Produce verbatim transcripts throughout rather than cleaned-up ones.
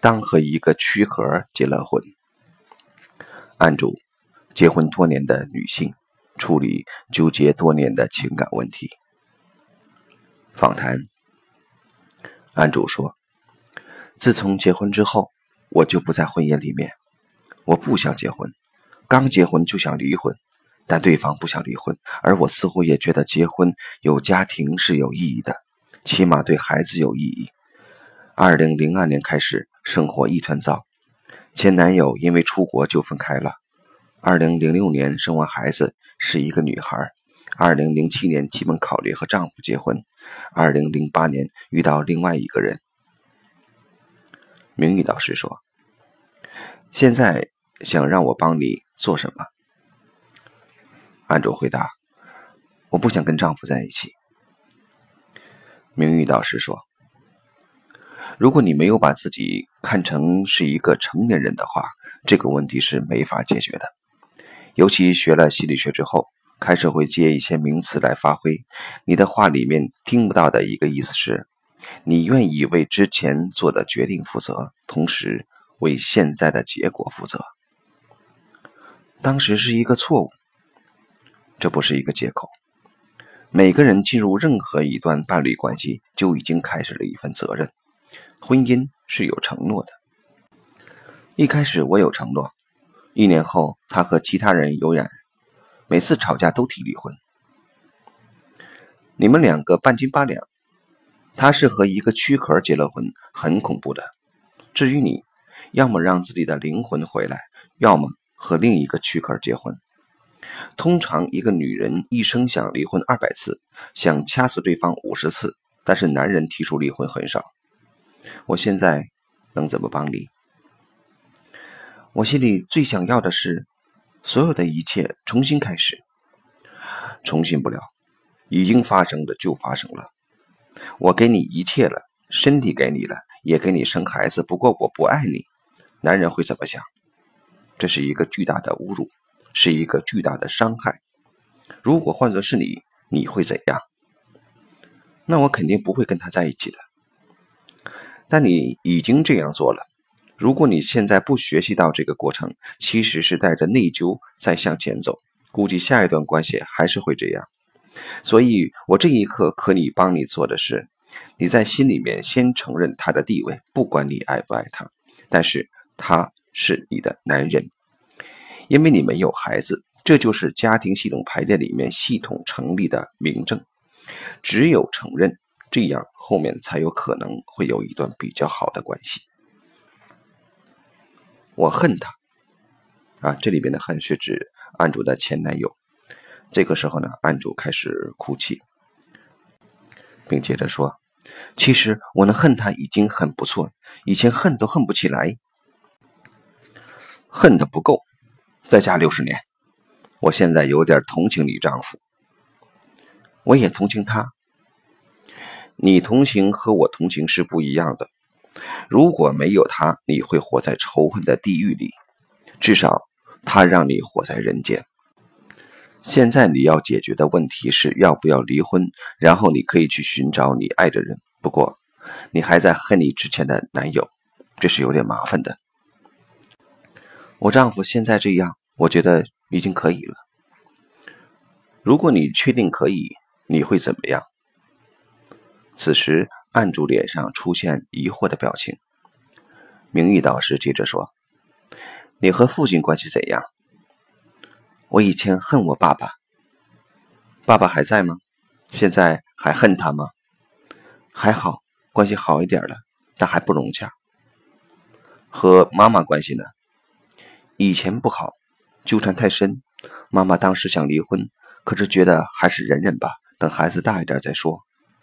当和一个躯壳结了婚。案主：结婚多年的女性，处理纠结多年的情感问题。访谈：案主说，自从结婚之后，我就不在婚姻里面，我不想结婚，刚结婚就想离婚，但对方不想离婚，而我似乎也觉得结婚有家庭是有意义的，起码对孩子有意义。二零零二年开始，生活一团糟，前男友因为出国就分开了。二零零六年生完孩子，是一个女孩。二零零七年基本考虑和丈夫结婚。二零零八年遇到另外一个人。明玉导师说，现在想让我帮你做什么？案主回答，我不想跟丈夫在一起。明玉导师说，如果你没有把自己看成是一个成年人的话，这个问题是没法解决的。尤其学了心理学之后，开始会接一些名词来发挥。你的话里面听不到的一个意思是，你愿意为之前做的决定负责，同时为现在的结果负责。当时是一个错误，这不是一个借口。每个人进入任何一段伴侣关系，就已经开始了一份责任。婚姻是有承诺的。一开始我有承诺，一年后他和其他人有染，每次吵架都提离婚。你们两个半斤八两，他是和一个躯壳结了婚，很恐怖的。至于你，要么让自己的灵魂回来，要么和另一个躯壳结婚。通常一个女人一生想离婚二百次，想掐死对方五十次，但是男人提出离婚很少。我现在能怎么帮你？我心里最想要的是，所有的一切重新开始。重新不了，已经发生的就发生了。我给你一切了，身体给你了，也给你生孩子，不过我不爱你。男人会怎么想？这是一个巨大的侮辱，是一个巨大的伤害。如果换作是你，你会怎样？那我肯定不会跟他在一起的。但你已经这样做了。如果你现在不学习到这个过程，其实是带着内疚在向前走，估计下一段关系还是会这样。所以我这一刻可以帮你做的是，你在心里面先承认他的地位，不管你爱不爱他，但是他是你的男人。因为你们有孩子，这就是家庭系统排列里面系统成立的明证。只有承认，这样后面才有可能会有一段比较好的关系。我恨他啊，这里边的恨是指案主的前男友。这个时候呢，案主开始哭泣，并接着说，其实我能恨他已经很不错，以前恨都恨不起来。恨的不够，再加六十年。我现在有点同情你丈夫，我也同情他。你同情和我同情是不一样的。如果没有他，你会活在仇恨的地狱里，至少他让你活在人间。现在你要解决的问题是要不要离婚，然后你可以去寻找你爱的人。不过你还在恨你之前的男友，这是有点麻烦的。我丈夫现在这样，我觉得已经可以了。如果你确定可以，你会怎么样？此时案主脸上出现疑惑的表情。明玉导师接着说，你和父亲关系怎样？我以前恨我爸爸。爸爸还在吗？现在还恨他吗？还好，关系好一点了，但还不融洽。和妈妈关系呢？以前不好，纠缠太深，妈妈当时想离婚，可是觉得还是忍忍吧，等孩子大一点再说。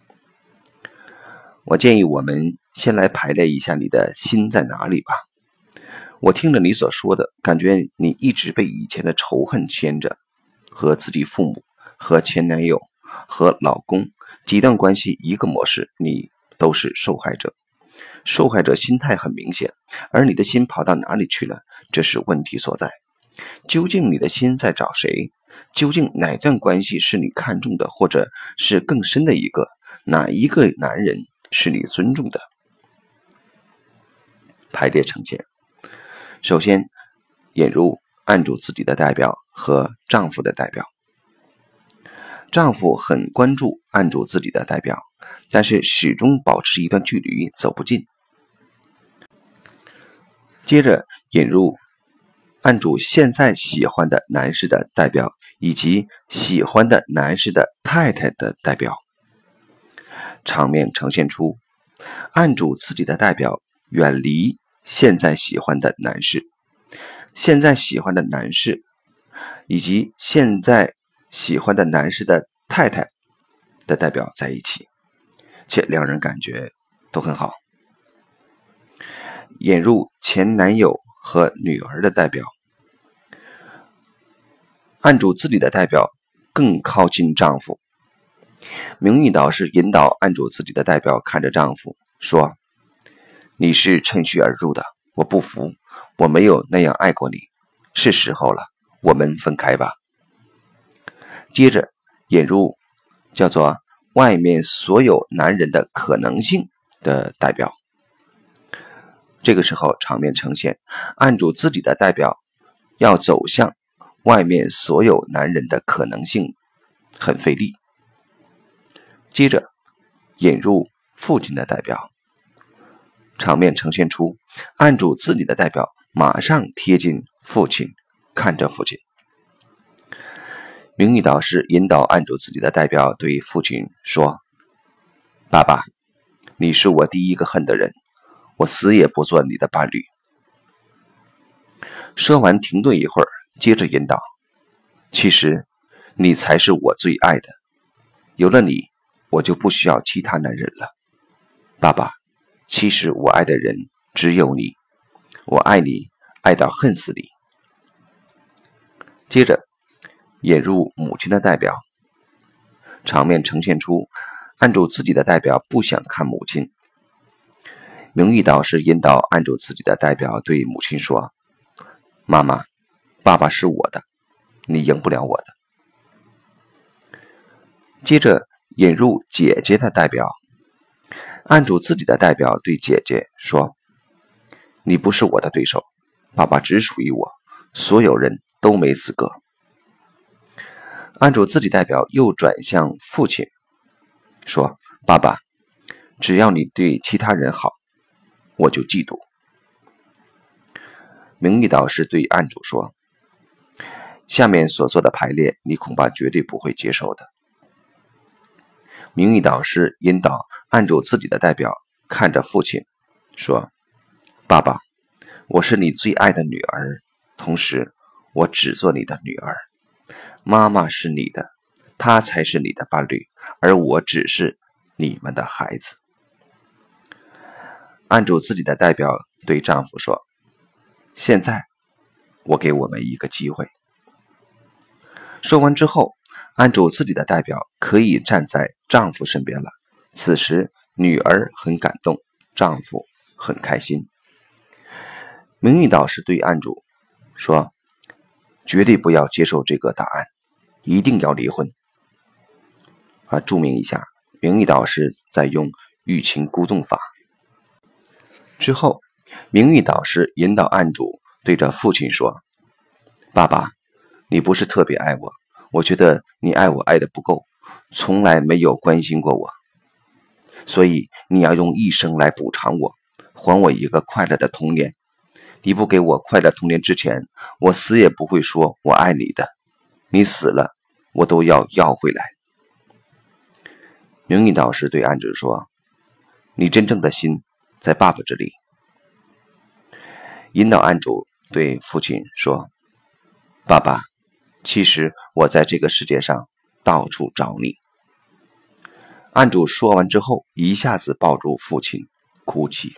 我建议我们先来排列一下你的心在哪里吧。我听了你所说的，感觉你一直被以前的仇恨牵着，和自己父母、和前男友、和老公几段关系一个模式，你都是受害者。受害者心态很明显，而你的心跑到哪里去了？这是问题所在。究竟你的心在找谁？究竟哪段关系是你看重的，或者是更深的一个？哪一个男人是你尊重的？ 排列呈现。首先引入案主自己的代表和丈夫的代表。丈夫很关注案主自己的代表，但是始终保持一段距离，走不近。接着引入案主现在喜欢的男士的代表以及喜欢的男士的太太的代表，场面呈现出案主自己的代表远离现在喜欢的男士，现在喜欢的男士以及现在喜欢的男士的太太的代表在一起，且两人感觉都很好。引入前男友和女儿的代表，案主自己的代表更靠近丈夫。名誉导师引导案主自己的代表看着丈夫说，你是趁虚而入的，我不服，我没有那样爱过你，是时候了，我们分开吧。接着引入叫做外面所有男人的可能性的代表。这个时候场面呈现案主自己的代表要走向外面所有男人的可能性，很费力。接着引入父亲的代表，场面呈现出案主自己的代表马上贴近父亲，看着父亲。名誉导师引导案主自己的代表对父亲说，爸爸，你是我第一个恨的人，我死也不做你的伴侣。说完停顿一会儿，接着引导，其实你才是我最爱的，有了你，我就不需要其他男人了。爸爸，其实我爱的人只有你，我爱你，爱到恨死你。接着引入母亲的代表，场面呈现出案主自己的代表不想看母亲。名誉导师引导案主自己的代表对母亲说，妈妈，爸爸是我的，你赢不了我的。接着引入姐姐的代表，案主自己的代表对姐姐说，你不是我的对手，爸爸只属于我，所有人都没资格。案主自己代表又转向父亲说，爸爸，只要你对其他人好，我就嫉妒。名誉导师对案主说，下面所做的排列你恐怕绝对不会接受的。名誉导师引导案主自己的代表看着父亲说，爸爸，我是你最爱的女儿，同时我只做你的女儿，妈妈是你的，她才是你的伴侣，而我只是你们的孩子。案主自己的代表对丈夫说，现在我给我们一个机会。说完之后，案主自己的代表可以站在丈夫身边了。此时女儿很感动，丈夫很开心。名誉导师对案主说，绝对不要接受这个答案，一定要离婚。啊，注明一下，名誉导师在用欲擒故纵法。之后，名誉导师引导案主对着父亲说，爸爸，你不是特别爱我，我觉得你爱我爱得不够，从来没有关心过我，所以你要用一生来补偿我，还我一个快乐的童年。你不给我快乐童年之前，我死也不会说我爱你的，你死了，我都要要回来。名誉导师对案主说，你真正的心在爸爸这里。引导案主对父亲说，爸爸，其实我在这个世界上到处找你。案主说完之后，一下子抱住父亲哭泣。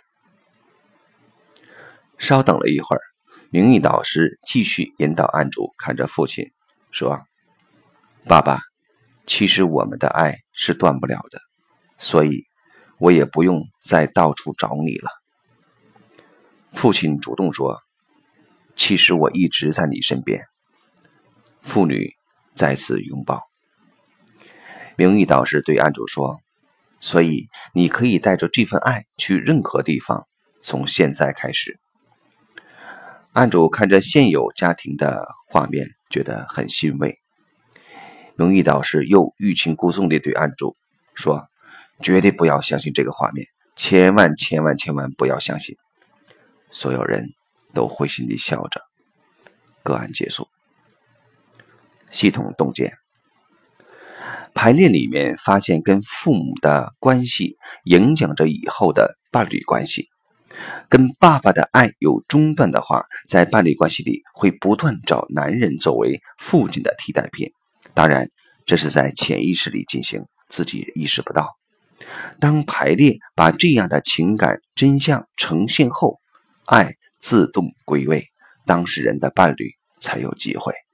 稍等了一会儿，名誉导师继续引导案主看着父亲说，爸爸，其实我们的爱是断不了的，所以我也不用再到处找你了。父亲主动说，其实我一直在你身边。父女再次拥抱。名誉导师对案主说，所以你可以带着这份爱去任何地方， 从现在开始。案主看着现有家庭的画面，觉得很欣慰。荣誉导师又欲擒故纵地对案主说，绝对不要相信这个画面，千万千万千万不要相信。所有人都会心地笑着。个案结束。系统洞见，排列里面发现跟父母的关系影响着以后的伴侣关系。跟爸爸的爱有中断的话，在伴侣关系里会不断找男人作为父亲的替代品。当然，这是在潜意识里进行，自己意识不到。当排列把这样的情感真相呈现后，爱自动归位，当事人的伴侣才有机会。